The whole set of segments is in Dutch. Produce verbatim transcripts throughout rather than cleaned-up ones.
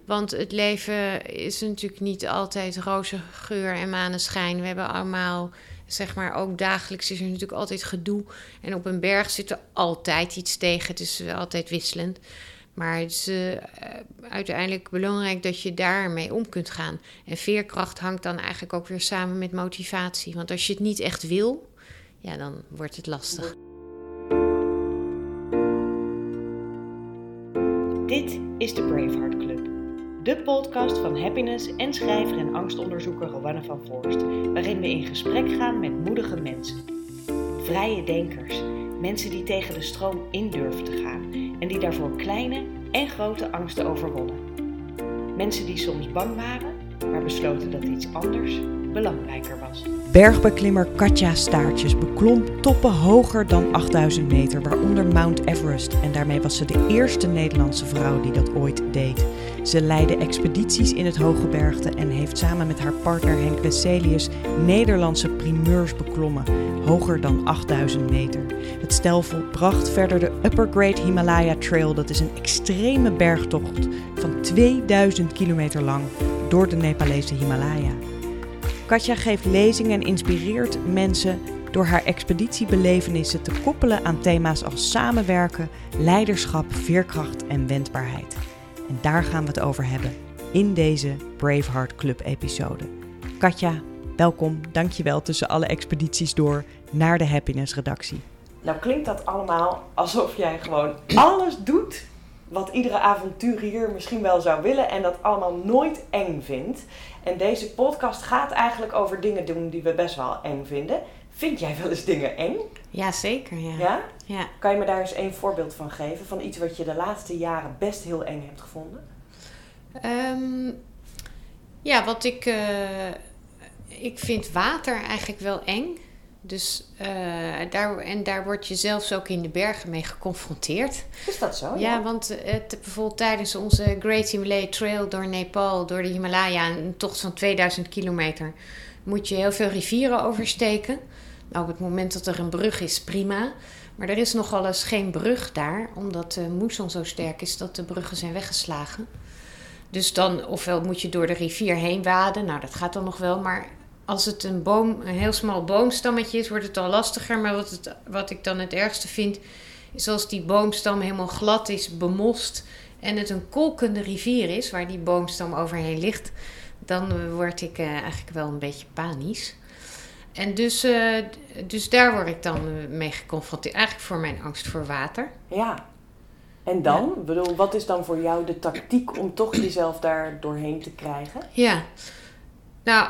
Want het leven is natuurlijk niet altijd roze geur en maneschijn. We hebben allemaal, zeg maar, ook dagelijks is er natuurlijk altijd gedoe. En op een berg zit er altijd iets tegen. Het is altijd wisselend. Maar het is uh, uiteindelijk belangrijk dat je daarmee om kunt gaan. En veerkracht hangt dan eigenlijk ook weer samen met motivatie. Want als je het niet echt wil, ja, dan wordt het lastig. Dit is de Braveheart Club. De podcast van happiness en schrijver en angstonderzoeker Rowanne van Voorst. Waarin we in gesprek gaan met moedige mensen. Vrije denkers. Mensen die tegen de stroom in durven te gaan. En die daarvoor kleine en grote angsten overwonnen. Mensen die soms bang waren, maar besloten dat iets anders belangrijker was. Bergbeklimmer Katja Staartjes beklom toppen hoger dan achtduizend meter, waaronder Mount Everest. En daarmee was ze de eerste Nederlandse vrouw die dat ooit deed. Ze leidde expedities in het hooggebergte en heeft samen met haar partner Henk Wesselius Nederlandse primeurs beklommen, hoger dan achtduizend meter. Het stel volbracht verder de Upper Great Himalaya Trail. Dat is een extreme bergtocht van tweeduizend kilometer lang door de Nepalese Himalaya. Katja geeft lezingen en inspireert mensen door haar expeditiebelevenissen te koppelen aan thema's als samenwerken, leiderschap, veerkracht en wendbaarheid. En daar gaan we het over hebben in deze Braveheart Club episode. Katja, welkom, dankjewel tussen alle expedities door naar de Happiness redactie. Nou klinkt dat allemaal alsof jij gewoon alles doet wat iedere avonturier misschien wel zou willen en dat allemaal nooit eng vindt. En deze podcast gaat eigenlijk over dingen doen die we best wel eng vinden. Vind jij wel eens dingen eng? Ja, zeker. Ja. Ja? Ja. Kan je me daar eens één voorbeeld van geven? Van iets wat je de laatste jaren best heel eng hebt gevonden? Um, ja, wat ik... Uh, ik vind water eigenlijk wel eng. Dus uh, daar, en daar word je zelfs ook in de bergen mee geconfronteerd. Is dat zo? Ja, ja want uh, t- bijvoorbeeld tijdens onze Great Himalaya Trail door Nepal, door de Himalaya, een tocht van tweeduizend kilometer, moet je heel veel rivieren oversteken. Nou, op het moment dat er een brug is, prima. Maar er is nogal eens geen brug daar, omdat de moesson zo sterk is dat de bruggen zijn weggeslagen. Dus dan, ofwel moet je door de rivier heen waden. Nou, dat gaat dan nog wel, maar als het een boom, een heel smal boomstammetje is, wordt het al lastiger. Maar wat, het, wat ik dan het ergste vind, is als die boomstam helemaal glad is, bemost en het een kolkende rivier is, waar die boomstam overheen ligt, dan word ik uh, eigenlijk wel een beetje panisch. En dus, uh, dus daar word ik dan mee geconfronteerd. Eigenlijk voor mijn angst voor water. Ja. En dan? Ja. Ik bedoel, wat is dan voor jou de tactiek om toch jezelf daar doorheen te krijgen? Ja. Nou,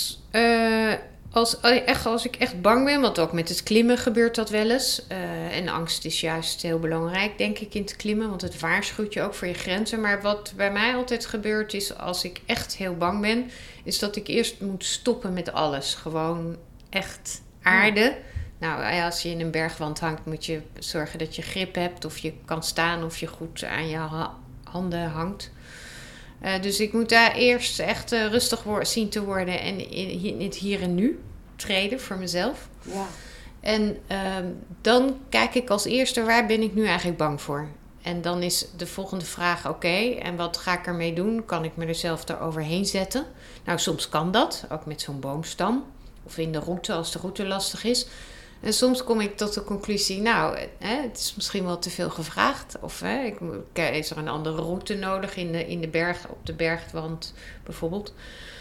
uh, als, echt, als ik echt bang ben, want ook met het klimmen gebeurt dat wel eens. Uh, en angst is juist heel belangrijk, denk ik, in het klimmen. Want het waarschuwt je ook voor je grenzen. Maar wat bij mij altijd gebeurt is, als ik echt heel bang ben, is dat ik eerst moet stoppen met alles. Gewoon echt aarde. Ja. Nou, als je in een bergwand hangt, moet je zorgen dat je grip hebt. Of je kan staan of je goed aan je ha- handen hangt. Uh, dus ik moet daar eerst echt uh, rustig wo- zien te worden en in, in het hier en nu treden voor mezelf. Ja. En uh, dan kijk ik als eerste, waar ben ik nu eigenlijk bang voor? En dan is de volgende vraag, oké, okay, en wat ga ik ermee doen? Kan ik me er zelf eroverheen zetten? Nou, soms kan dat, ook met zo'n boomstam. Of in de route, als de route lastig is. En soms kom ik tot de conclusie, nou, hè, het is misschien wel te veel gevraagd. Of hè, ik, is er een andere route nodig in de, in de berg, op de bergwand bijvoorbeeld.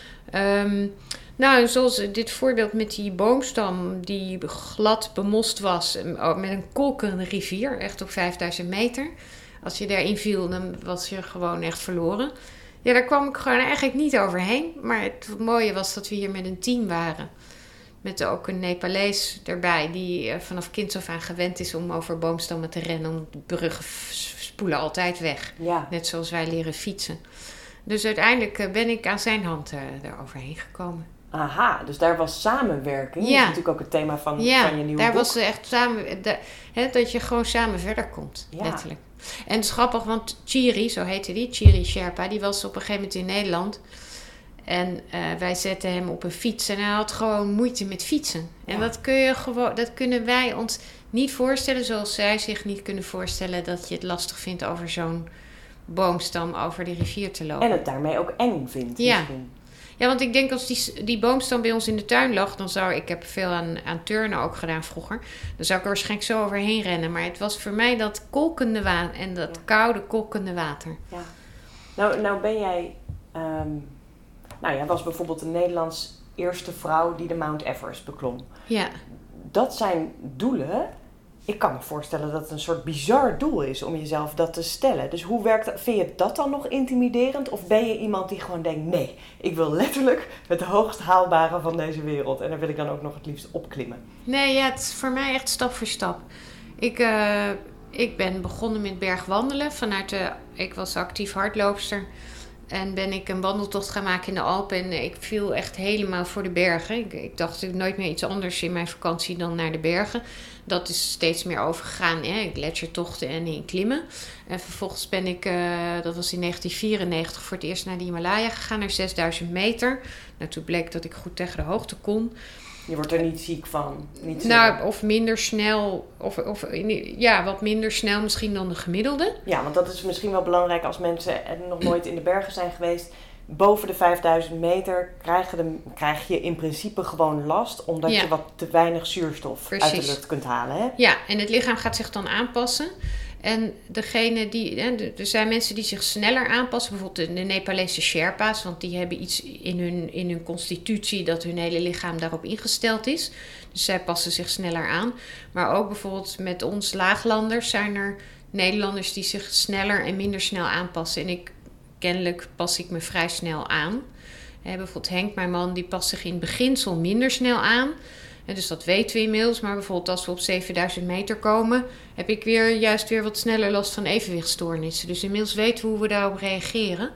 Um, nou, zoals dit voorbeeld met die boomstam die glad bemost was met een kolkende rivier, echt op vijfduizend meter. Als je daarin viel, dan was je gewoon echt verloren. Ja, daar kwam ik gewoon eigenlijk niet overheen. Maar het mooie was dat we hier met een team waren. Met ook een Nepalees erbij die vanaf kinds af aan gewend is om over boomstammen te rennen. Om de bruggen spoelen altijd weg. Ja. Net zoals wij leren fietsen. Dus uiteindelijk ben ik aan zijn hand uh, eroverheen gekomen. Aha, dus daar was samenwerking. Ja. Dat is natuurlijk ook het thema van, ja, van je nieuwe daar boek. Was echt samen, de, he, dat je gewoon samen verder komt, ja. Letterlijk. En het is grappig, want Chiri, zo heette die, Chiri Sherpa, die was op een gegeven moment in Nederland. En uh, wij zetten hem op een fiets en hij had gewoon moeite met fietsen. En ja. dat, kun je gewoon, dat kunnen wij ons niet voorstellen, zoals zij zich niet kunnen voorstellen dat je het lastig vindt over zo'n boomstam over die rivier te lopen. En het daarmee ook eng vindt Ja. misschien. Ja, want ik denk als die, die boomstam bij ons in de tuin lag, dan zou ik heb veel aan, aan turnen ook gedaan vroeger. Dan zou ik er waarschijnlijk zo overheen rennen. Maar het was voor mij dat kolkende water en dat Ja. koude kolkende water. Ja. Nou, nou ben jij... Um, nou, jij was bijvoorbeeld de Nederlands eerste vrouw die de Mount Everest beklom. Ja. Dat zijn doelen. Ik kan me voorstellen dat het een soort bizar doel is om jezelf dat te stellen. Dus hoe werkt dat? Vind je dat dan nog intimiderend? Of ben je iemand die gewoon denkt, nee, ik wil letterlijk het hoogst haalbare van deze wereld. En daar wil ik dan ook nog het liefst opklimmen. Nee, ja, het is voor mij echt stap voor stap. Ik, uh, ik ben begonnen met bergwandelen. Vanuit de, ik was actief hardloopster. En ben ik een wandeltocht gaan maken in de Alpen. En ik viel echt helemaal voor de bergen. Ik, ik dacht ik nooit meer iets anders in mijn vakantie dan naar de bergen. Dat is steeds meer overgegaan. Hè? Gletsjertochten en in klimmen. En vervolgens ben ik, uh, dat was in negentien vierennegentig, voor het eerst naar de Himalaya gegaan. Naar zesduizend meter. Nou, toen bleek dat ik goed tegen de hoogte kon. Je wordt er niet ziek van? Niet nou, of minder snel. Of, of ja, wat minder snel misschien dan de gemiddelde. Ja, want dat is misschien wel belangrijk als mensen nog nooit in de bergen zijn geweest. Boven de vijfduizend meter krijg je, de, krijg je in principe gewoon last. Omdat ja. je wat te weinig zuurstof Precies. uit de lucht kunt halen. Hè? Ja, en het lichaam gaat zich dan aanpassen. En degene die, er zijn mensen die zich sneller aanpassen. Bijvoorbeeld de Nepalese Sherpa's. Want die hebben iets in hun, in hun constitutie dat hun hele lichaam daarop ingesteld is. Dus zij passen zich sneller aan. Maar ook bijvoorbeeld met ons laaglanders zijn er Nederlanders die zich sneller en minder snel aanpassen. En ik, kennelijk pas ik me vrij snel aan. He, bijvoorbeeld Henk, mijn man, die past zich in het beginsel minder snel aan. En dus dat weten we inmiddels. Maar bijvoorbeeld als we op zevenduizend meter komen, heb ik weer juist weer wat sneller last van evenwichtstoornissen. Dus inmiddels weten we hoe we daarop reageren.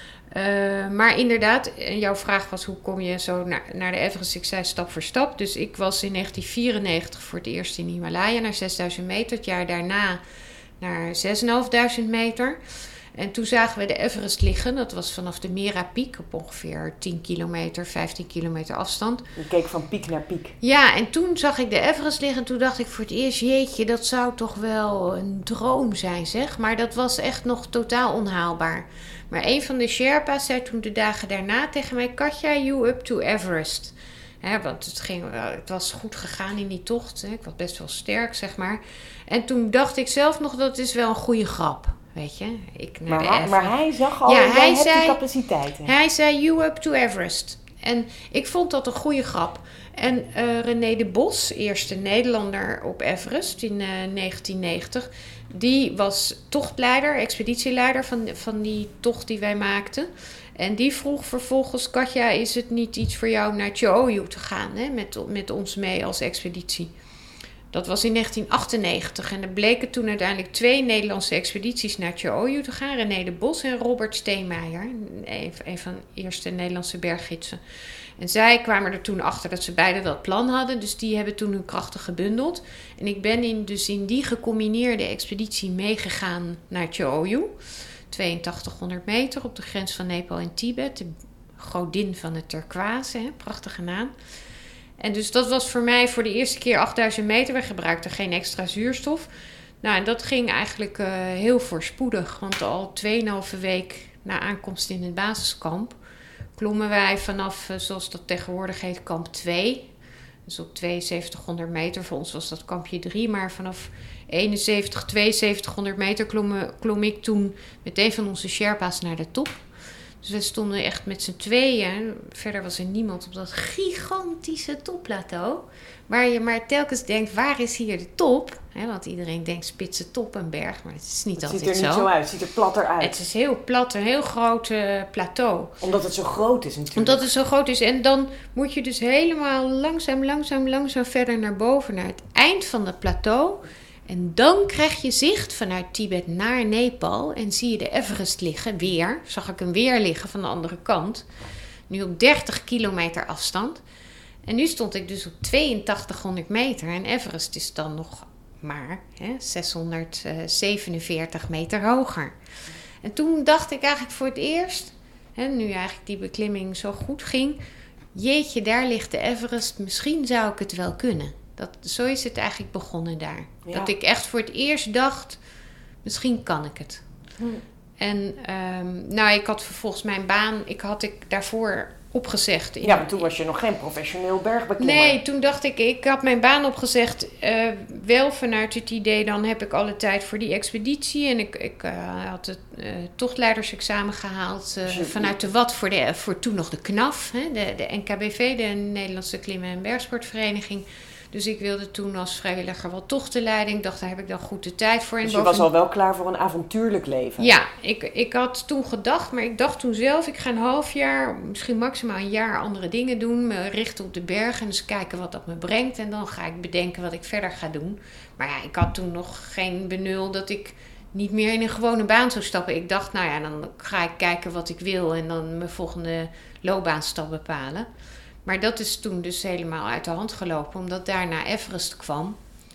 Uh, maar inderdaad, jouw vraag was hoe kom je zo naar, naar de Everest? Ik zei stap voor stap. Dus ik was in negentien vierennegentig voor het eerst in de Himalaya naar zesduizend meter. Het jaar daarna naar zesduizend meter. En toen zagen we de Everest liggen. Dat was vanaf de Mera Piek op ongeveer tien kilometer, vijftien kilometer afstand. Je keek van piek naar piek. Ja, en toen zag ik de Everest liggen. En toen dacht ik voor het eerst, jeetje, dat zou toch wel een droom zijn, zeg. Maar dat was echt nog totaal onhaalbaar. Maar een van de Sherpa's zei toen de dagen daarna tegen mij, Katja, you up to Everest. He, want het, ging, het was goed gegaan in die tocht. He. Ik was best wel sterk, zeg maar. En toen dacht ik zelf nog, dat is wel een goede grap. Weet je, ik naar maar, de maar hij zag al, ja, jij hij hebt zei, die capaciteiten. Hij zei, you up to Everest. En ik vond dat een goede grap. En uh, René de Bos, eerste Nederlander op Everest in uh, negentien negentig... die was tochtleider, expeditieleider van, van die tocht die wij maakten. En die vroeg vervolgens, Katja, is het niet iets voor jou naar Cho-Oyu te gaan, hè, met, met ons mee als expeditie? Dat was in negentien achtennegentig en er bleken toen uiteindelijk twee Nederlandse expedities naar Cho-Oyu te gaan. René de Bos en Robert Steenmeijer, een, een van de eerste Nederlandse berggidsen. En zij kwamen er toen achter dat ze beide dat plan hadden, dus die hebben toen hun krachten gebundeld. En ik ben in, dus in die gecombineerde expeditie meegegaan naar Cho-Oyu. tweeëntachtighonderd meter op de grens van Nepal en Tibet, de godin van het turquoise, hè, prachtige naam. En dus dat was voor mij voor de eerste keer achtduizend meter. We gebruikten geen extra zuurstof. Nou, en dat ging eigenlijk uh, heel voorspoedig. Want al tweeënhalve week na aankomst in het basiskamp klommen wij vanaf, uh, zoals dat tegenwoordig heet, kamp twee. Dus op zevenentwintighonderd meter. Voor ons was dat kampje drie. Maar vanaf eenenzeventig, tweeënzeventighonderd meter klom, klom ik toen met een van onze Sherpa's naar de top. Dus we stonden echt met z'n tweeën. Verder was er niemand op dat gigantische topplateau. Waar je maar telkens denkt, waar is hier de top? He, want iedereen denkt spitse top een berg. Maar het is niet het altijd zo. Het ziet er niet zo uit. Het ziet er platter uit. Het is heel plat, een heel groot uh, plateau. Omdat het zo groot is natuurlijk. Omdat het zo groot is. En dan moet je dus helemaal langzaam, langzaam, langzaam verder naar boven. Naar het eind van het plateau. En dan krijg je zicht vanuit Tibet naar Nepal en zie je de Everest liggen, weer. Zag ik hem weer liggen van de andere kant. Nu op dertig kilometer afstand. En nu stond ik dus op tweeëntachtighonderd meter en Everest is dan nog maar hè, zeshonderdzevenenveertig meter hoger. En toen dacht ik eigenlijk voor het eerst, hè, nu eigenlijk die beklimming zo goed ging, jeetje, daar ligt de Everest, misschien zou ik het wel kunnen. Dat, zo is het eigenlijk begonnen daar. Ja. Dat ik echt voor het eerst dacht, misschien kan ik het. Hm. En um, nou, ik had vervolgens mijn baan, ik had ik daarvoor opgezegd. In, ja, maar toen was je nog geen professioneel bergbeklimmer. Nee, toen dacht ik, ik had mijn baan opgezegd. Uh, wel vanuit het idee, dan heb ik alle tijd voor die expeditie. En ik, ik uh, had het uh, tochtleidersexamen gehaald. Uh, vanuit de W A T voor, de, voor toen nog de K N A F. Hè, de, de N K B V, de Nederlandse Klimmen- en Bergsportvereniging. Dus ik wilde toen als vrijwilliger wat tochten leiden. Ik dacht, daar heb ik dan goed de tijd voor. En dus je boven... was al wel klaar voor een avontuurlijk leven? Ja, ik, ik had toen gedacht, maar ik dacht toen zelf... ik ga een half jaar, misschien maximaal een jaar andere dingen doen. Me richten op de bergen en eens kijken wat dat me brengt. En dan ga ik bedenken wat ik verder ga doen. Maar ja, ik had toen nog geen benul dat ik niet meer in een gewone baan zou stappen. Ik dacht, nou ja, dan ga ik kijken wat ik wil... en dan mijn volgende loopbaanstap bepalen. Maar dat is toen dus helemaal uit de hand gelopen, omdat daarna Everest kwam.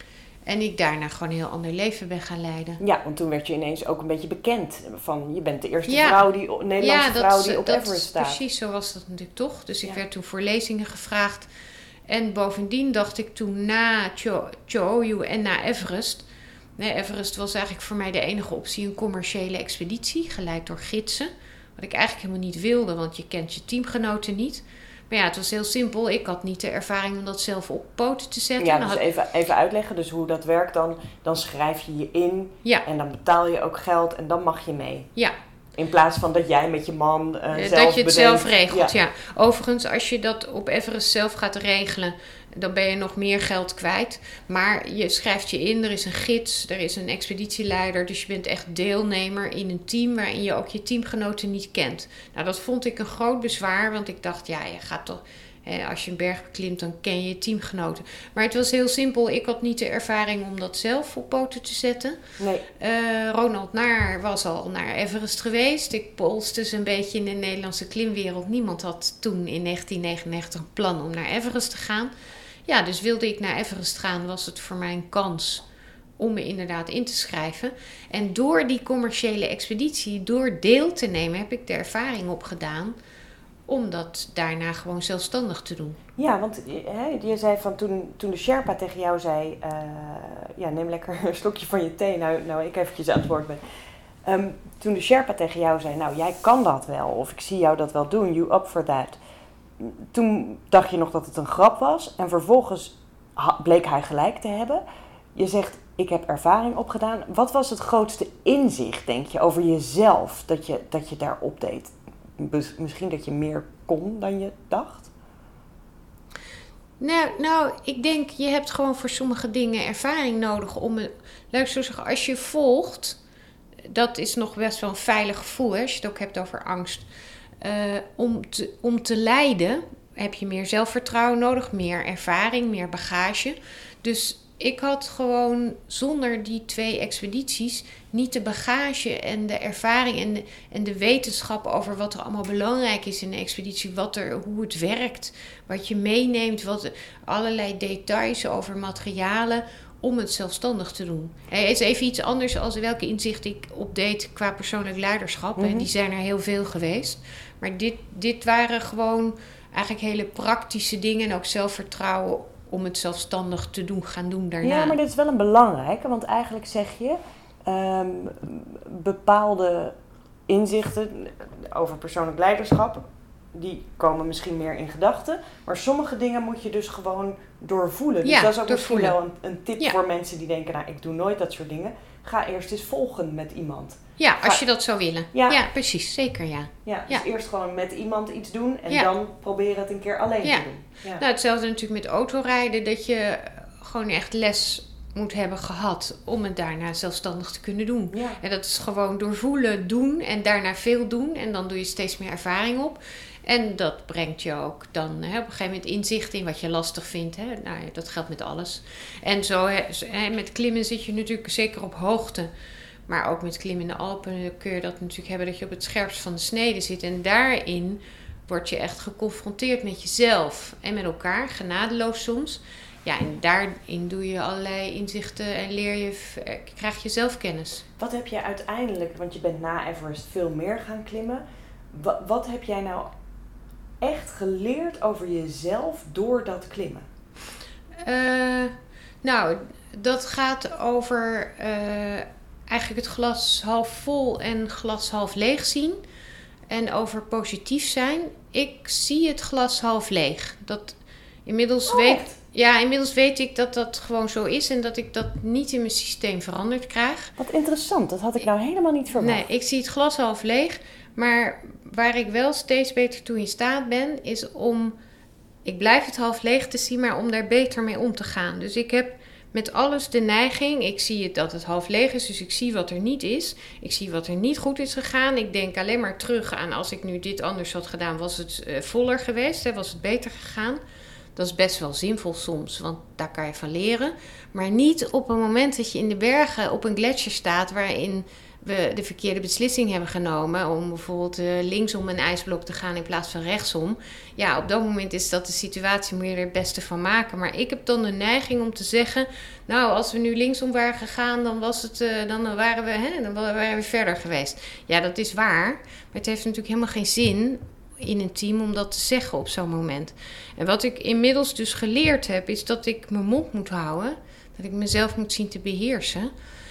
En ik daarna gewoon een heel ander leven ben gaan leiden. Ja, want toen werd je ineens ook een beetje bekend. Van, je bent de eerste ja. vrouw die, Nederlandse ja, dat, vrouw die op dat Everest staat. Precies, zo was dat natuurlijk toch. Dus ik ja. werd toen voor lezingen gevraagd. En bovendien dacht ik toen na Cho-Oyu en na Everest... Nee, Everest was eigenlijk voor mij de enige optie, een commerciële expeditie, geleid door gidsen. Wat ik eigenlijk helemaal niet wilde, want je kent je teamgenoten niet... Maar ja, het was heel simpel. Ik had niet de ervaring om dat zelf op poten te zetten. Ja, dus had... even, even uitleggen. Dus hoe dat werkt dan. Dan schrijf je je in. Ja. En dan betaal je ook geld. En dan mag je mee. Ja. In plaats van dat jij met je man uh, zelf Dat je het bedenkt. zelf regelt, ja. ja. Overigens, als je dat op Everest zelf gaat regelen... dan ben je nog meer geld kwijt. Maar je schrijft je in, er is een gids, er is een expeditieleider... dus je bent echt deelnemer in een team... waarin je ook je teamgenoten niet kent. Nou, dat vond ik een groot bezwaar, want ik dacht... ja, je gaat toch... Hè, als je een berg beklimt, dan ken je je teamgenoten. Maar het was heel simpel. Ik had niet de ervaring om dat zelf op poten te zetten. Nee. Uh, Ronald Naar was al naar Everest geweest. Ik polste dus een beetje in de Nederlandse klimwereld. Niemand had toen in negentien negenennegentig een plan om naar Everest te gaan. Ja, dus wilde ik naar Everest gaan, was het voor mij een kans om me inderdaad in te schrijven. En door die commerciële expeditie, door deel te nemen, heb ik de ervaring opgedaan om dat daarna gewoon zelfstandig te doen. Ja, want hè, je zei van toen, toen de Sherpa tegen jou zei... Uh, ja, neem lekker een slokje van je thee, nou, nou ik eventjes aan het woord ben. Um, toen de Sherpa tegen jou zei, nou jij kan dat wel, of ik zie jou dat wel doen, you up for that. Toen dacht je nog dat het een grap was en vervolgens ha- bleek hij gelijk te hebben. Je zegt, ik heb ervaring opgedaan. Wat was het grootste inzicht, denk je, over jezelf dat je, dat je daarop deed? Misschien dat je meer kon dan je dacht? Nou, nou, ik denk, je hebt gewoon voor sommige dingen ervaring nodig om... Laat ik zo zeggen, als je volgt... Dat is nog best wel een veilig gevoel, hè, als je het ook hebt over angst. Uh, om, te, om te leiden heb je meer zelfvertrouwen nodig, meer ervaring, meer bagage. Dus ik had gewoon zonder die twee expedities niet de bagage en de ervaring en de, en de wetenschap over wat er allemaal belangrijk is in een expeditie. Wat er, hoe het werkt, wat je meeneemt, wat, allerlei details over materialen om het zelfstandig te doen. Het is even iets anders dan welke inzicht ik opdeed qua persoonlijk leiderschap. Mm-hmm. Die zijn er heel veel geweest. Maar dit, dit waren gewoon eigenlijk hele praktische dingen en ook zelfvertrouwen om het zelfstandig te doen, gaan doen daarna. Ja, maar dit is wel een belangrijke, want eigenlijk zeg je um, bepaalde inzichten over persoonlijk leiderschap, die komen misschien meer in gedachten, maar sommige dingen moet je dus gewoon doorvoelen. Dus ja, dat is ook doorvoelen. misschien wel een, een tip ja. voor mensen die denken, nou ik doe nooit dat soort dingen. Ga eerst eens volgen met iemand. Ja, Ga... als je dat zou willen. Ja, ja precies, zeker ja. Ja, dus ja. eerst gewoon met iemand iets doen en ja. dan proberen het een keer alleen ja. te doen. Ja. Nou, hetzelfde natuurlijk met autorijden, dat je gewoon echt les moet hebben gehad om het daarna zelfstandig te kunnen doen. Ja. En dat is gewoon doorvoelen, doen en daarna veel doen en dan doe je steeds meer ervaring op. En dat brengt je ook dan hè, op een gegeven moment inzicht in wat je lastig vindt. Hè. Nou, dat geldt met alles. En zo hè, met klimmen zit je natuurlijk zeker op hoogte. Maar ook met klimmen in de Alpen kun je dat natuurlijk hebben dat je op het scherpst van de snede zit. En daarin word je echt geconfronteerd met jezelf en met elkaar, genadeloos soms. Ja, en daarin doe je allerlei inzichten en leer je, krijg je zelfkennis. Wat heb je uiteindelijk, want je bent na Everest veel meer gaan klimmen. Wat, wat heb jij nou echt geleerd over jezelf door dat klimmen? Uh, nou, dat gaat over uh, eigenlijk het glas half vol en glas half leeg zien. En over positief zijn. Ik zie het glas half leeg. Dat inmiddels oh, weet... echt? Ja, inmiddels weet ik dat dat gewoon zo is en dat ik dat niet in mijn systeem veranderd krijg. Wat interessant, dat had ik nou helemaal niet verwacht. Nee, ik zie het glas half leeg. Maar waar ik wel steeds beter toe in staat ben, is om... Ik blijf het half leeg te zien, maar om daar beter mee om te gaan. Dus ik heb met alles de neiging, ik zie het dat het half leeg is, dus ik zie wat er niet is. Ik zie wat er niet goed is gegaan. Ik denk alleen maar terug aan als ik nu dit anders had gedaan, was het uh, voller geweest, hè, was het beter gegaan. Dat is best wel zinvol soms, want daar kan je van leren. Maar niet op een moment dat je in de bergen op een gletsjer staat waarin we de verkeerde beslissing hebben genomen om bijvoorbeeld uh, linksom een ijsblok te gaan in plaats van rechtsom. Ja, op dat moment is dat de situatie, moet je er het beste van maken. Maar ik heb dan de neiging om te zeggen, nou, als we nu linksom waren gegaan, dan, was het, uh, dan, waren we, hè, dan waren we verder geweest. Ja, dat is waar, maar het heeft natuurlijk helemaal geen zin in een team om dat te zeggen op zo'n moment. En wat ik inmiddels dus geleerd heb, is dat ik mijn mond moet houden, dat ik mezelf moet zien te beheersen.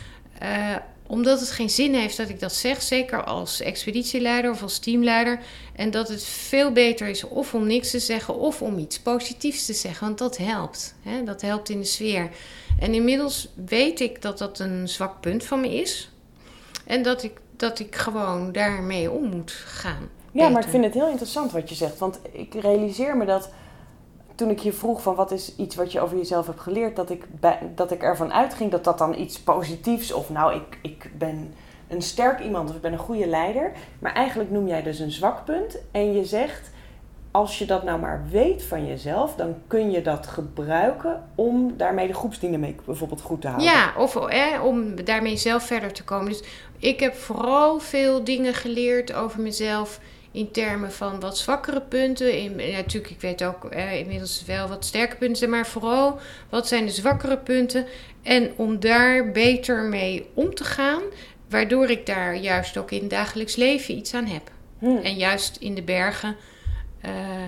Uh, Omdat het geen zin heeft dat ik dat zeg, zeker als expeditieleider of als teamleider. En dat het veel beter is of om niks te zeggen of om iets positiefs te zeggen. Want dat helpt. Hè? Dat helpt in de sfeer. En inmiddels weet ik dat dat een zwak punt van me is. En dat ik, dat ik gewoon daarmee om moet gaan. Ja, beter. Maar ik vind het heel interessant wat je zegt. Want ik realiseer me dat toen ik je vroeg van wat is iets wat je over jezelf hebt geleerd, dat ik, bij, dat ik ervan uitging dat dat dan iets positiefs, of nou, ik, ik ben een sterk iemand of ik ben een goede leider. Maar eigenlijk noem jij dus een zwak punt. En je zegt, als je dat nou maar weet van jezelf, dan kun je dat gebruiken om daarmee de groepsdynamiek bijvoorbeeld goed te houden. Ja, of eh, om daarmee zelf verder te komen. Dus ik heb vooral veel dingen geleerd over mezelf in termen van wat zwakkere punten. In, natuurlijk, ik weet ook eh, inmiddels wel wat sterke punten, maar vooral wat zijn de zwakkere punten. En om daar beter mee om te gaan, waardoor ik daar juist ook in het dagelijks leven iets aan heb. Hmm. En juist in de bergen, uh,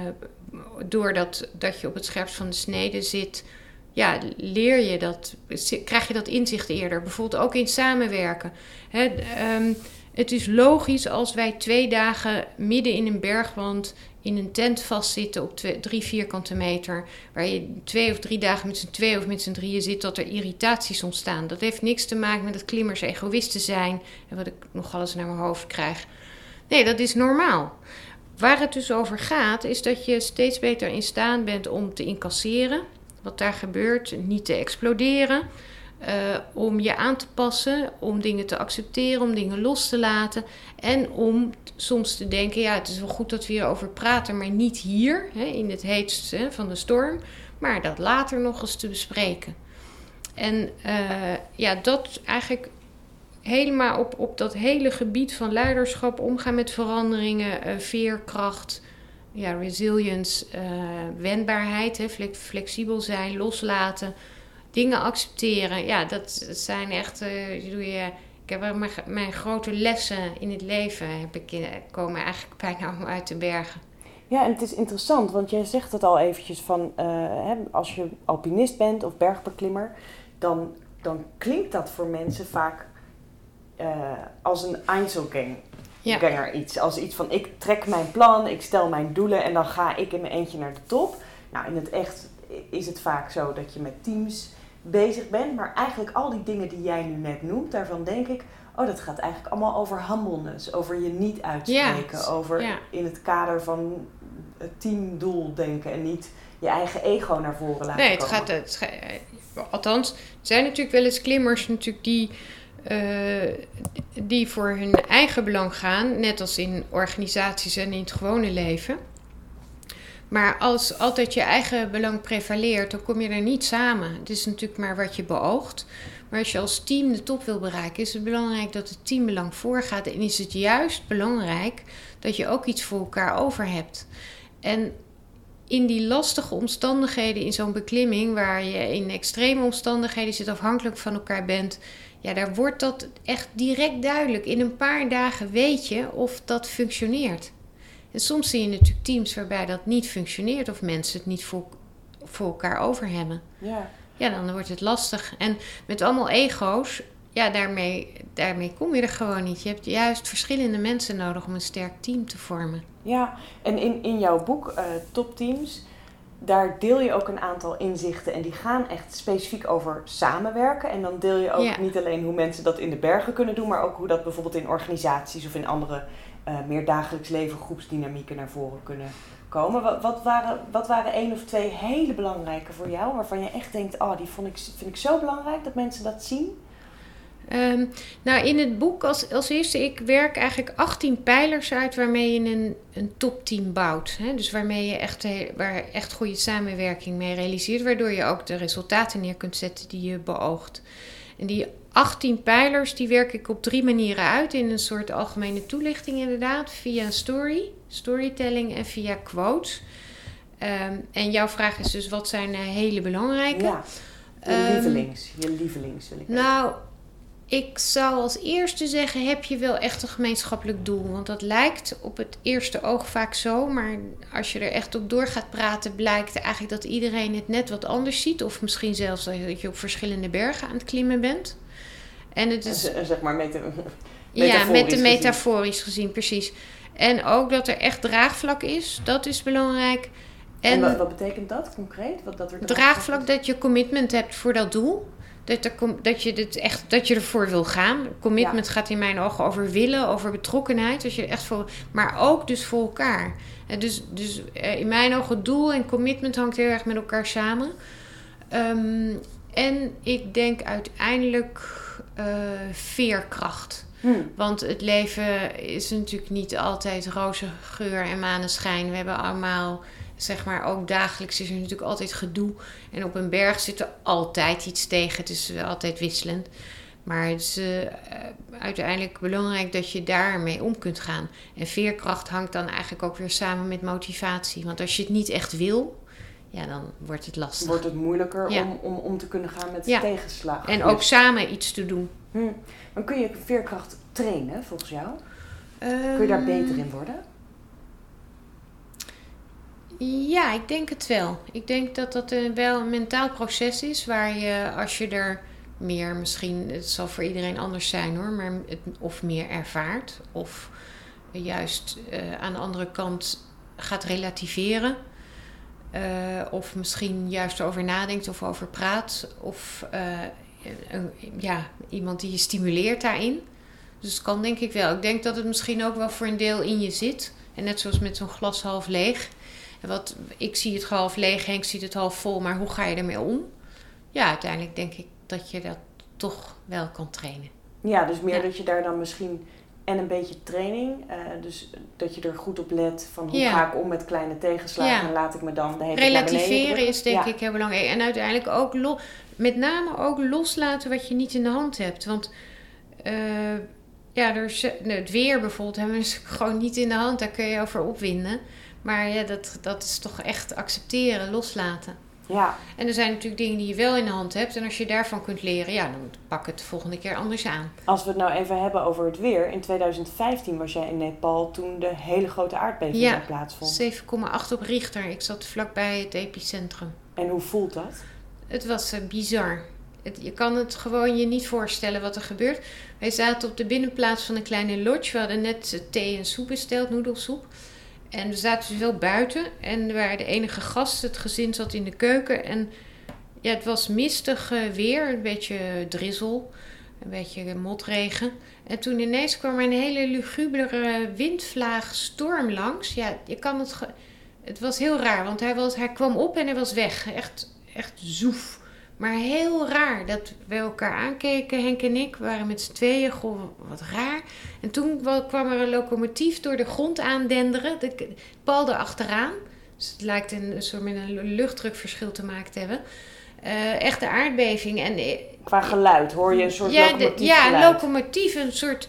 doordat dat je op het scherpst van de snede zit, ja, leer je dat, krijg je dat inzicht eerder. Bijvoorbeeld ook in samenwerken. Hè, um, Het is logisch als wij twee dagen midden in een bergwand in een tent vastzitten op twee, drie vierkante meter, waar je twee of drie dagen met z'n tweeën of met z'n drieën zit, dat er irritaties ontstaan. Dat heeft niks te maken met dat klimmers egoïsten zijn en wat ik nog alles naar mijn hoofd krijg. Nee, dat is normaal. Waar het dus over gaat, is dat je steeds beter in staat bent om te incasseren wat daar gebeurt, niet te exploderen. Uh, om je aan te passen, om dingen te accepteren, om dingen los te laten. En om t- soms te denken, ja, het is wel goed dat we hierover praten, maar niet hier, hè, in het heetst hè, van de storm. Maar dat later nog eens te bespreken. En uh, ja, dat eigenlijk helemaal op, op dat hele gebied van leiderschap, omgaan met veranderingen, uh, veerkracht, ja, resilience, uh, wendbaarheid, hè, flexibel zijn, loslaten. Dingen accepteren, ja, dat zijn echt, uh, doe je, ik heb mijn, mijn grote lessen in het leven heb ik in, komen eigenlijk bijna allemaal uit de bergen. Ja, en het is interessant, want jij zegt het al eventjes van, uh, hè, als je alpinist bent of bergbeklimmer, dan, dan klinkt dat voor mensen vaak uh, als een Einzelgang. Ja. Ganger iets. Als iets van, ik trek mijn plan, ik stel mijn doelen en dan ga ik in mijn eentje naar de top. Nou, in het echt is het vaak zo dat je met teams bezig bent, maar eigenlijk al die dingen die jij nu net noemt, daarvan denk ik, oh, dat gaat eigenlijk allemaal over humbleness, over je niet uitspreken, ja, over ja. in het kader van het teamdoel denken en niet je eigen ego naar voren laten nee, het komen. Gaat, het gaat, althans, er zijn natuurlijk wel eens klimmers natuurlijk die, uh, die voor hun eigen belang gaan, net als in organisaties en in het gewone leven. Maar als altijd je eigen belang prevaleert, dan kom je er niet samen. Het is natuurlijk maar wat je beoogt. Maar als je als team de top wil bereiken, is het belangrijk dat het teambelang voorgaat. En is het juist belangrijk dat je ook iets voor elkaar over hebt. En in die lastige omstandigheden in zo'n beklimming, waar je in extreme omstandigheden zit, afhankelijk van elkaar bent, ja, daar wordt dat echt direct duidelijk. In een paar dagen weet je of dat functioneert. En soms zie je natuurlijk teams waarbij dat niet functioneert of mensen het niet voor, voor elkaar over hebben. Ja. Ja, dan wordt het lastig. En met allemaal ego's, ja, daarmee, daarmee kom je er gewoon niet. Je hebt juist verschillende mensen nodig om een sterk team te vormen. Ja, en in, in jouw boek, uh, Topteams, daar deel je ook een aantal inzichten. En die gaan echt specifiek over samenwerken. En dan deel je ook ja. niet alleen hoe mensen dat in de bergen kunnen doen, maar ook hoe dat bijvoorbeeld in organisaties of in andere uh, meer dagelijks leven groepsdynamieken naar voren kunnen komen. Wat, wat, waren, wat waren één of twee hele belangrijke voor jou, waarvan je echt denkt, oh, die vond ik, vind ik zo belangrijk dat mensen dat zien? Um, nou, in het boek als, als eerste, ik werk eigenlijk achttien pijlers uit waarmee je een, een topteam bouwt. Hè? Dus waarmee je echt, waar echt goede samenwerking mee realiseert, waardoor je ook de resultaten neer kunt zetten die je beoogt. En die achttien pijlers, die werk ik op drie manieren uit, in een soort algemene toelichting inderdaad, via een story, storytelling en via quotes. Um, en jouw vraag is dus, wat zijn uh, hele belangrijke? Ja, je lievelings, um, je lievelings wil ik Nou... weten. Ik zou als eerste zeggen, heb je wel echt een gemeenschappelijk doel? Want dat lijkt op het eerste oog vaak zo. Maar als je er echt op door gaat praten, blijkt eigenlijk dat iedereen het net wat anders ziet. Of misschien zelfs dat je op verschillende bergen aan het klimmen bent. En het is, zeg maar meta- ja, met de metaforisch gezien, precies. En ook dat er echt draagvlak is, dat is belangrijk. En, en wat, wat betekent dat concreet? Wat, dat er draagvlak, draagvlak dat je commitment hebt voor dat doel. Dat, er, dat, je dit echt, dat je ervoor wil gaan. Commitment ja. gaat in mijn ogen over willen, over betrokkenheid. Dus je echt voor, maar ook dus voor elkaar. En dus, dus in mijn ogen doel en commitment hangt heel erg met elkaar samen. Um, en ik denk uiteindelijk uh, veerkracht. Hmm. Want het leven is natuurlijk niet altijd roze geur en maneschijn. We hebben allemaal... Zeg maar, ook dagelijks is er natuurlijk altijd gedoe. En op een berg zit er altijd iets tegen. Het is altijd wisselend. Maar het is uh, uiteindelijk belangrijk dat je daarmee om kunt gaan. En veerkracht hangt dan eigenlijk ook weer samen met motivatie. Want als je het niet echt wil, ja, dan wordt het lastig. Wordt het moeilijker ja. om, om om te kunnen gaan met ja. tegenslagen. En ook samen iets te doen. Hm. Dan kun je veerkracht trainen, volgens jou? Um, kun je daar beter in worden? Ja, ik denk het wel. Ik denk dat dat een, wel een mentaal proces is waar je, als je er meer misschien, het zal voor iedereen anders zijn hoor, maar het, of meer ervaart of juist uh, aan de andere kant gaat relativeren uh, of misschien juist over nadenkt of over praat of uh, een, ja, iemand die je stimuleert daarin. Dus dat kan denk ik wel. Ik denk dat het misschien ook wel voor een deel in je zit en net zoals met zo'n glas half leeg. Wat, ik zie het half leeg, Henk ziet het half vol, maar hoe ga je ermee om? Ja, uiteindelijk denk ik dat je dat toch wel kan trainen. Ja, dus meer ja. dat je daar dan misschien en een beetje training, uh, dus dat je er goed op let van hoe ja. ga ik om met kleine tegenslagen ja. en laat ik me dan de hele tijd naar beneden drukken. Relativeren is denk ja. ik heel belangrijk. En uiteindelijk ook lo- met name ook loslaten wat je niet in de hand hebt. Want uh, ja, er is, nou, het weer bijvoorbeeld hebben we dus gewoon niet in de hand, daar kun je over opwinden. Maar ja, dat, dat is toch echt accepteren, loslaten. Ja. En er zijn natuurlijk dingen die je wel in de hand hebt. En als je daarvan kunt leren, ja, dan pak het de volgende keer anders aan. Als we het nou even hebben over het weer. In tweeduizend vijftien was jij in Nepal toen de hele grote aardbeving ja, daar plaatsvond. zeven komma acht op Richter. Ik zat vlakbij het epicentrum. En hoe voelt dat? Het was uh, bizar. Het, je kan het gewoon je niet voorstellen wat er gebeurt. Wij zaten op de binnenplaats van een kleine lodge. We hadden net uh, thee en soep besteld, noedelsoep. En we zaten dus wel buiten en we waren de enige gasten. Het gezin zat in de keuken en ja, het was mistig uh, weer, een beetje drizzel, een beetje motregen. En toen ineens kwam er een hele lugubere windvlaag storm langs. Ja, je kan het, ge- het was heel raar, want hij, was, hij kwam op en hij was weg. Echt, echt zoef. Maar heel raar dat we elkaar aankeken, Henk en ik. We waren met z'n tweeën, goh, wat raar. En toen kwam er een locomotief door de grond aandenderen. De pal erachteraan. Dus het lijkt een, een soort met een luchtdrukverschil te maken te hebben. Uh, echt de aardbeving. En, qua geluid hoor je een soort ja, locomotief de, Ja, geluid. een locomotief, een soort...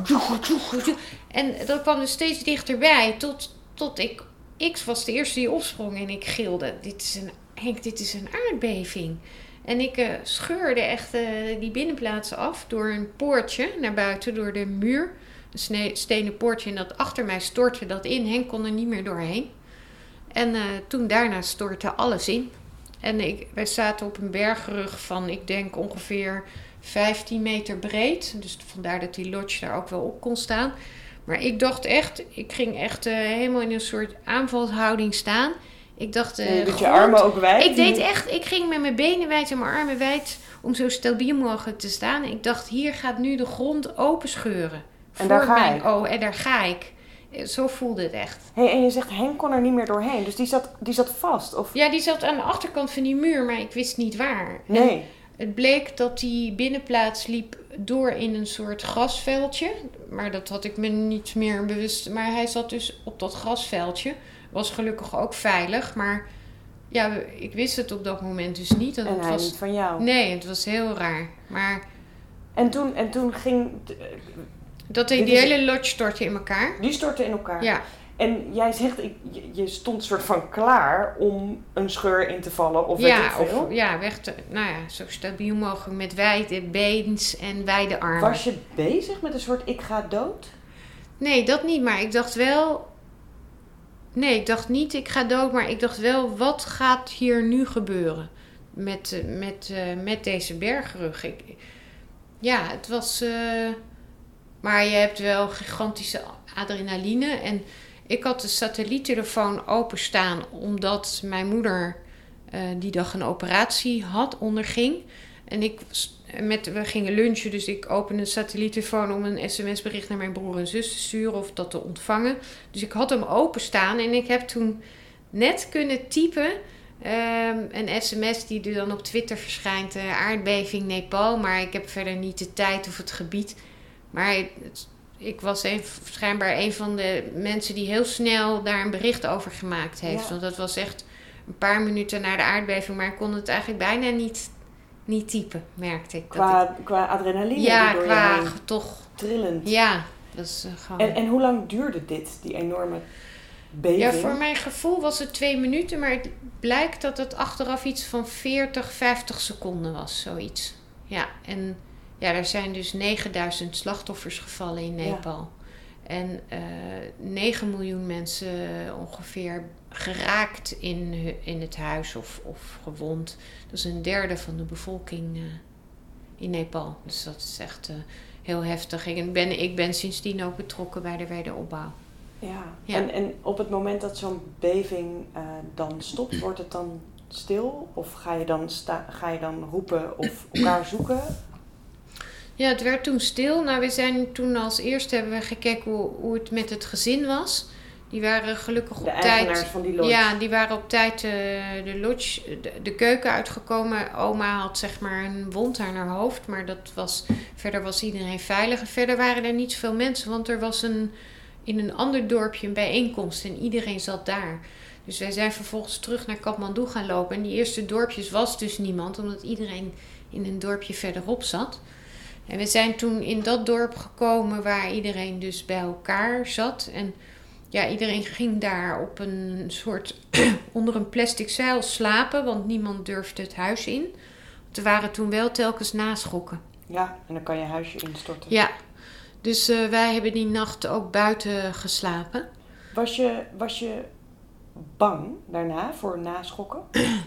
En dat kwam dus steeds dichterbij. Tot, tot ik... Ik was de eerste die opsprong en ik gilde. Dit is een, Henk, dit is een aardbeving. En ik uh, scheurde echt uh, die binnenplaatsen af door een poortje naar buiten, door de muur. Een sne- stenen poortje en dat achter mij stortte dat in. Henk kon er niet meer doorheen. En uh, toen daarna stortte alles in. En ik, wij zaten op een bergrug van, ik denk ongeveer vijftien meter breed. Dus vandaar dat die lodge daar ook wel op kon staan. Maar ik dacht echt, ik ging echt uh, helemaal in een soort aanvalshouding staan. Ik dacht... Uh, je doet je armen ook wijd? Ik deed echt, ik ging met mijn benen wijd en mijn armen wijd om zo stabiel mogelijk te staan. Ik dacht, hier gaat nu de grond open scheuren. En daar ga mijn, ik. Oh, en daar ga ik. Zo voelde het echt. Hey, en je zegt, Henk kon er niet meer doorheen. Dus die zat, die zat vast? Of? Ja, die zat aan de achterkant van die muur, maar ik wist niet waar. Nee. En het bleek dat die binnenplaats liep door in een soort grasveldje. Maar dat had ik me niet meer bewust. Maar hij zat dus op dat grasveldje. Was gelukkig ook veilig. Maar ja, ik wist het op dat moment dus niet. En het hij was, niet van jou? Nee, het was heel raar. Maar En toen, en toen ging... dat die, die hele lodge stortte in elkaar. Die stortte in elkaar? Ja. En jij zegt, ik, je, je stond soort van klaar om een scheur in te vallen of ja, weet ik veel. Of, ja, weg te, nou ja, zo stabiel mogelijk met wijde beens en wijde armen. Was je bezig met een soort ik ga dood? Nee, dat niet. Maar ik dacht wel... Nee, ik dacht niet ik ga dood. Maar ik dacht wel, wat gaat hier nu gebeuren? Met, met, uh, met deze bergrug. Ik, ja, het was... Uh, maar je hebt wel gigantische adrenaline. En ik had de satelliettelefoon openstaan. Omdat mijn moeder uh, die dag een operatie had, onderging. En ik... Met, we gingen lunchen, dus ik opende een satelliettelefoon om een sms-bericht naar mijn broer en zus te sturen of dat te ontvangen. Dus ik had hem openstaan en ik heb toen net kunnen typen um, een sms die er dan op Twitter verschijnt, uh, aardbeving Nepal. Maar ik heb verder niet de tijd of het gebied. Maar het, ik was een, schijnbaar een van de mensen die heel snel daar een bericht over gemaakt heeft. Ja. Want dat was echt een paar minuten na de aardbeving, maar ik kon het eigenlijk bijna niet... Niet typen, merkte ik. Qua, dat ik... qua adrenaline? Ja, door qua je toch... Trillend. Ja, dat is uh, gewoon... En, en hoe lang duurde dit, die enorme beving? Ja, voor mijn gevoel was het twee minuten, maar het blijkt dat het achteraf iets van veertig, vijftig seconden was, zoiets. Ja, en ja, er zijn dus negenduizend slachtoffers gevallen in Nepal. Ja. En uh, negen miljoen mensen ongeveer geraakt in, in het huis of, of gewond. Dat is een derde van de bevolking uh, in Nepal. Dus dat is echt uh, heel heftig. Ik ben, ik ben sindsdien ook betrokken bij de wederopbouw. Ja, ja. En, en op het moment dat zo'n beving uh, dan stopt, wordt het dan stil? Of ga je dan, sta- ga je dan roepen of elkaar zoeken? Ja, het werd toen stil. Nou, we zijn toen als eerste hebben we gekeken hoe, hoe het met het gezin was. Die waren gelukkig op de tijd... De eigenaars van die lodge. Ja, die waren op tijd uh, de lodge, de, de keuken uitgekomen. Oma had zeg maar een wond aan haar hoofd, maar dat was... Verder was iedereen veilig. En verder waren er niet zoveel mensen, want er was een, in een ander dorpje een bijeenkomst en iedereen zat daar. Dus wij zijn vervolgens terug naar Kathmandu gaan lopen. En die eerste dorpjes was dus niemand, omdat iedereen in een dorpje verderop zat. En we zijn toen in dat dorp gekomen waar iedereen dus bij elkaar zat. En ja, iedereen ging daar op een soort onder een plastic zeil slapen, want niemand durfde het huis in. Want er waren toen wel telkens naschokken. Ja, en dan kan je huisje instorten. Ja, dus uh, wij hebben die nacht ook buiten geslapen. Was je, was je bang daarna voor naschokken?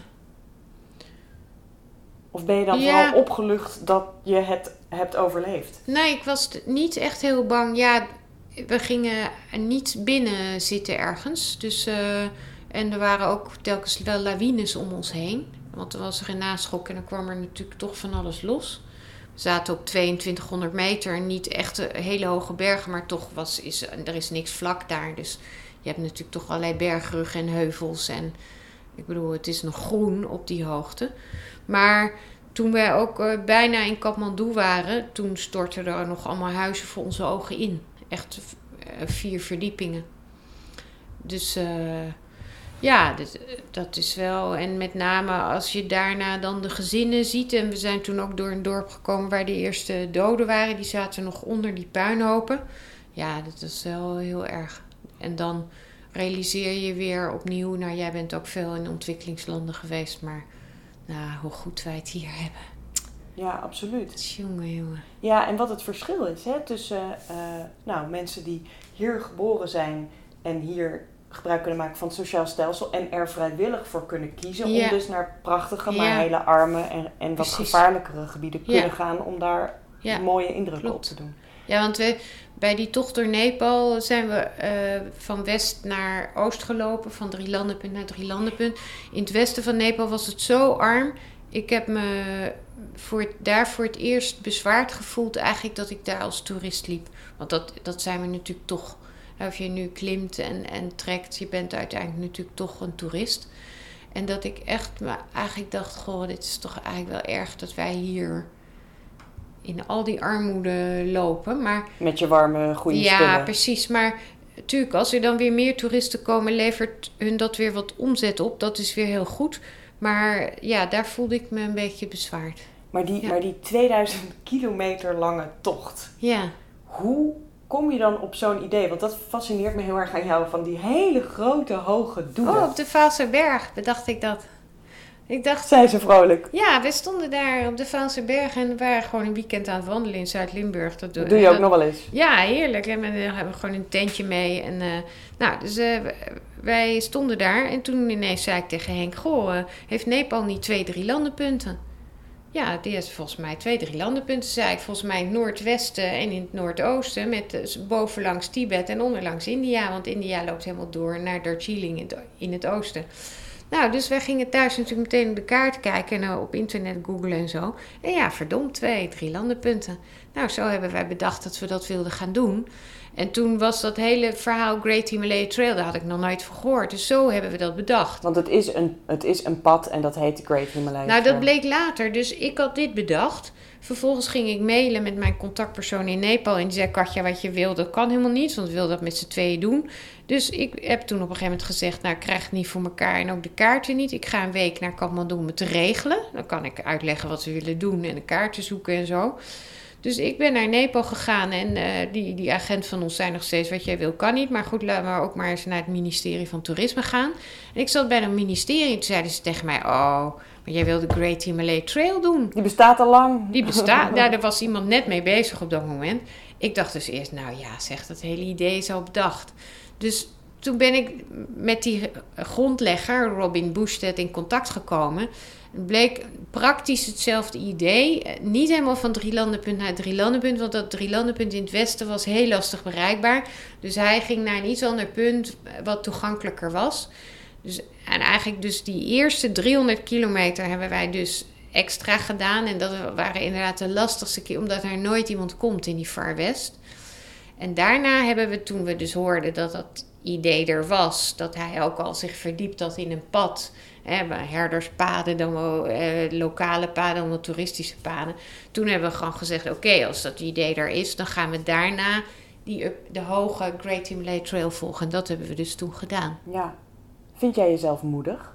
Of ben je dan ja. vooral opgelucht dat je het hebt overleefd? Nee, ik was niet echt heel bang. Ja, we gingen niet binnen zitten ergens. Dus, uh, en er waren ook telkens wel lawines om ons heen. Want er was er een naschok en dan kwam er natuurlijk toch van alles los. We zaten op tweeëntwintighonderd meter. Niet echt hele hoge bergen, maar toch was, is er is niks vlak daar. Dus je hebt natuurlijk toch allerlei bergruggen en heuvels. En ik bedoel, het is nog groen op die hoogte. Maar toen wij ook uh, bijna in Kathmandu waren, toen stortten er nog allemaal huizen voor onze ogen in. Echt uh, vier verdiepingen. Dus uh, ja, dat, dat is wel... En met name als je daarna dan de gezinnen ziet. En we zijn toen ook door een dorp gekomen waar de eerste doden waren. Die zaten nog onder die puinhopen. Ja, dat is wel heel erg. En dan realiseer je weer opnieuw... Nou, jij bent ook veel in ontwikkelingslanden geweest, maar... Nou, hoe goed wij het hier hebben. Ja, absoluut. Jongen, jongen. Ja, en wat het verschil is hè, tussen uh, nou, mensen die hier geboren zijn en hier gebruik kunnen maken van het sociaal stelsel en er vrijwillig voor kunnen kiezen Ja. om dus naar prachtige, maar Ja. hele arme en, en wat Precies. gevaarlijkere gebieden Ja. kunnen gaan om daar Ja. mooie indrukken Klopt. op te doen. Ja, want we, bij die tocht door Nepal zijn we uh, van west naar oost gelopen. Van Drielandenpunt naar Drielandenpunt. In het westen van Nepal was het zo arm. Ik heb me voor het, daar voor het eerst bezwaard gevoeld eigenlijk dat ik daar als toerist liep. Want dat, dat zijn we natuurlijk toch. Of je nu klimt en, en trekt, je bent uiteindelijk natuurlijk toch een toerist. En dat ik echt me eigenlijk dacht, goh, dit is toch eigenlijk wel erg dat wij hier in al die armoede lopen. Maar Met je warme, goede ja, spullen. precies. Maar natuurlijk, als er dan weer meer toeristen komen, levert hun dat weer wat omzet op. Dat is weer heel goed. Maar ja, daar voelde ik me een beetje bezwaard. Maar die, Ja. maar die tweeduizend kilometer lange tocht, Ja, hoe kom je dan op zo'n idee? Want dat fascineert me heel erg aan jou, van die hele grote, hoge doelen. oh, op de Vaalserberg bedacht ik dat. Ik dacht, Zijn ze vrolijk? ja, we stonden daar op de Vaalserberg en we waren gewoon een weekend aan het wandelen in Zuid-Limburg. Dat Dat doe je ook nog wel eens. Ja, heerlijk. En we hebben gewoon een tentje mee. En, uh, nou, dus uh, wij stonden daar. En toen ineens zei ik tegen Henk, goh, uh, heeft Nepal niet twee, drie landenpunten? Ja, die heeft volgens mij twee, drie landenpunten, zei ik. Volgens mij in het noordwesten en in het noordoosten. Met uh, bovenlangs Tibet en onderlangs India. Want India loopt helemaal door naar Darjeeling in het, in het oosten. Nou, dus wij gingen thuis natuurlijk meteen op de kaart kijken en op internet googlen en zo. En ja, verdomd, twee, drie landenpunten. Nou, zo hebben wij bedacht dat we dat wilden gaan doen. En toen was dat hele verhaal Great Himalaya Trail, daar had ik nog nooit van gehoord. Dus zo hebben we dat bedacht. Want het is een, het is een pad en dat heet de Great Himalaya Nou, Trail. dat bleek later. Dus ik had dit bedacht. Vervolgens ging ik mailen met mijn contactpersoon in Nepal. En die zei, Katja, wat je wil, dat kan helemaal niet. Want we wilden dat met z'n tweeën doen. Dus ik heb toen op een gegeven moment gezegd, nou, ik krijg het niet voor elkaar. En ook de kaarten niet. Ik ga een week naar Kathmandu om het te regelen. Dan kan ik uitleggen wat we willen doen en de kaarten zoeken en zo. Dus ik ben naar Nepal gegaan en uh, die, die agent van ons zei nog steeds, wat jij wil kan niet. Maar goed, laten we ook maar eens naar het ministerie van Toerisme gaan. En ik zat bij een ministerie en toen zeiden ze tegen mij, oh, maar jij wil de Great Himalaya Trail doen. Die bestaat al lang. Die bestaat, nou, daar was iemand net mee bezig op dat moment. Ik dacht dus eerst, nou ja, zeg, dat hele idee is al bedacht. Dus toen ben ik met die grondlegger, Robin Bushted, in contact gekomen. Het bleek praktisch hetzelfde idee. Niet helemaal van Drielandenpunt naar Drielandenpunt, want dat Drielandenpunt in het westen was heel lastig bereikbaar. Dus hij ging naar een iets ander punt wat toegankelijker was. Dus, en eigenlijk dus die eerste driehonderd kilometer hebben wij dus extra gedaan. En dat waren inderdaad de lastigste keer, omdat er nooit iemand komt in die Far West. En daarna hebben we, toen we dus hoorden dat dat idee er was, dat hij ook al zich verdiept had in een pad, hè, herderspaden, dan wel eh, lokale paden, dan wel toeristische paden. Toen hebben we gewoon gezegd, oké, okay, als dat idee er is, dan gaan we daarna die up, de hoge Great Himalaya Trail volgen. En dat hebben we dus toen gedaan. Ja. Vind jij jezelf moedig?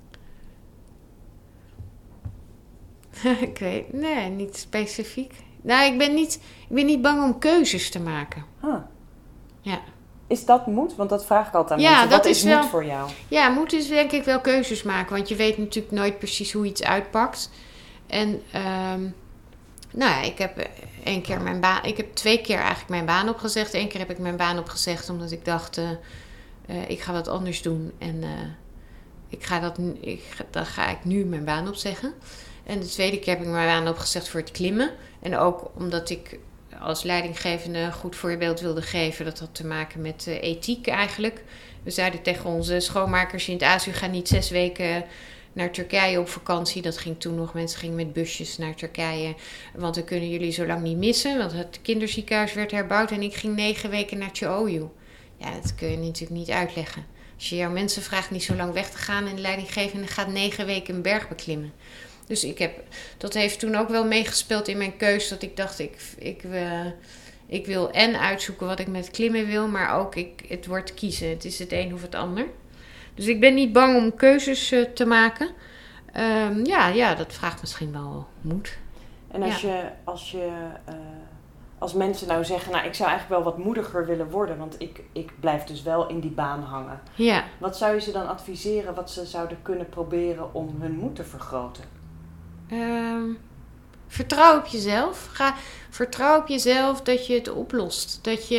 Ik weet, nee, niet specifiek. Nou, ik ben niet, ik ben niet bang om keuzes te maken. Huh. Ja. Is dat moed? Want dat vraag ik altijd aan Ja, mensen. dat Wat is is wel- moed voor jou? Ja, moet dus denk ik wel keuzes maken. Want je weet natuurlijk nooit precies hoe iets uitpakt. En um, nou ja, ik heb één keer mijn baan. Ik heb twee keer eigenlijk mijn baan opgezegd. Eén keer heb ik mijn baan opgezegd omdat ik dacht, uh, uh, ik ga wat anders doen. En uh, ik ga dat, ik, dan ga ik nu mijn baan opzeggen. En de tweede keer heb ik mijn baan opgezegd voor het klimmen. En ook omdat ik als leidinggevende een goed voorbeeld wilde geven. Dat had te maken met uh, ethiek eigenlijk. We zeiden tegen onze schoonmakers in het A S U, ga niet zes weken naar Turkije op vakantie. Dat ging toen nog, mensen gingen met busjes naar Turkije. Want dan kunnen jullie zo lang niet missen. Want het kinderziekenhuis werd herbouwd en ik ging negen weken naar Tjeoju. Ja, dat kun je natuurlijk niet uitleggen. Als je jouw mensen vraagt niet zo lang weg te gaan en de leidinggevende gaat negen weken een berg beklimmen. Dus ik heb, dat heeft toen ook wel meegespeeld in mijn keus. Dat ik dacht, ik, ik, uh, ik wil en uitzoeken wat ik met klimmen wil. Maar ook, ik, het wordt kiezen. Het is het een of het ander. Dus ik ben niet bang om keuzes uh, te maken. Um, ja, ja, dat vraagt misschien wel moed. En als Ja. je, als je, uh, als mensen nou zeggen, nou, ik zou eigenlijk wel wat moediger willen worden, want ik, ik blijf dus wel in die baan hangen. Ja. Wat zou je ze dan adviseren wat ze zouden kunnen proberen om hun moed te vergroten? Um, vertrouw op jezelf. Ga, vertrouw op jezelf dat je het oplost. Dat je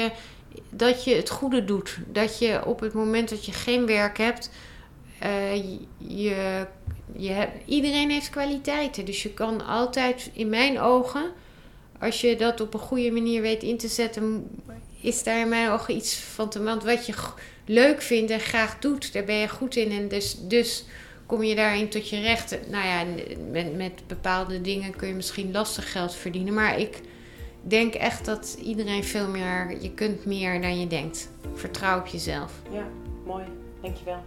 dat je het goede doet. Dat je op het moment dat je geen werk hebt, uh, je, je hebt, iedereen heeft kwaliteiten. Dus je kan altijd, in mijn ogen, als je dat op een goede manier weet in te zetten, is daar in mijn ogen iets van te. Want wat je g- leuk vindt en graag doet, daar ben je goed in. En dus, dus kom je daarin tot je recht. Nou ja, met, met bepaalde dingen kun je misschien lastig geld verdienen. Maar ik denk echt dat iedereen veel meer, je kunt meer dan je denkt. Vertrouw op jezelf. Ja, mooi. Dankjewel.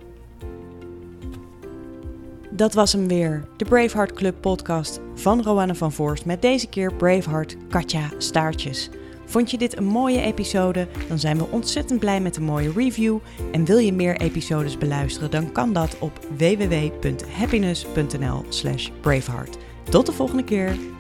Dat was hem weer, de Braveheart Club podcast van Rowanne van Voorst met deze keer Braveheart Katja Staartjes. Vond je dit een mooie episode? Dan zijn we ontzettend blij met een mooie review. En wil je meer episodes beluisteren? Dan kan dat op w w w punt happiness punt n l slash braveheart. Tot de volgende keer!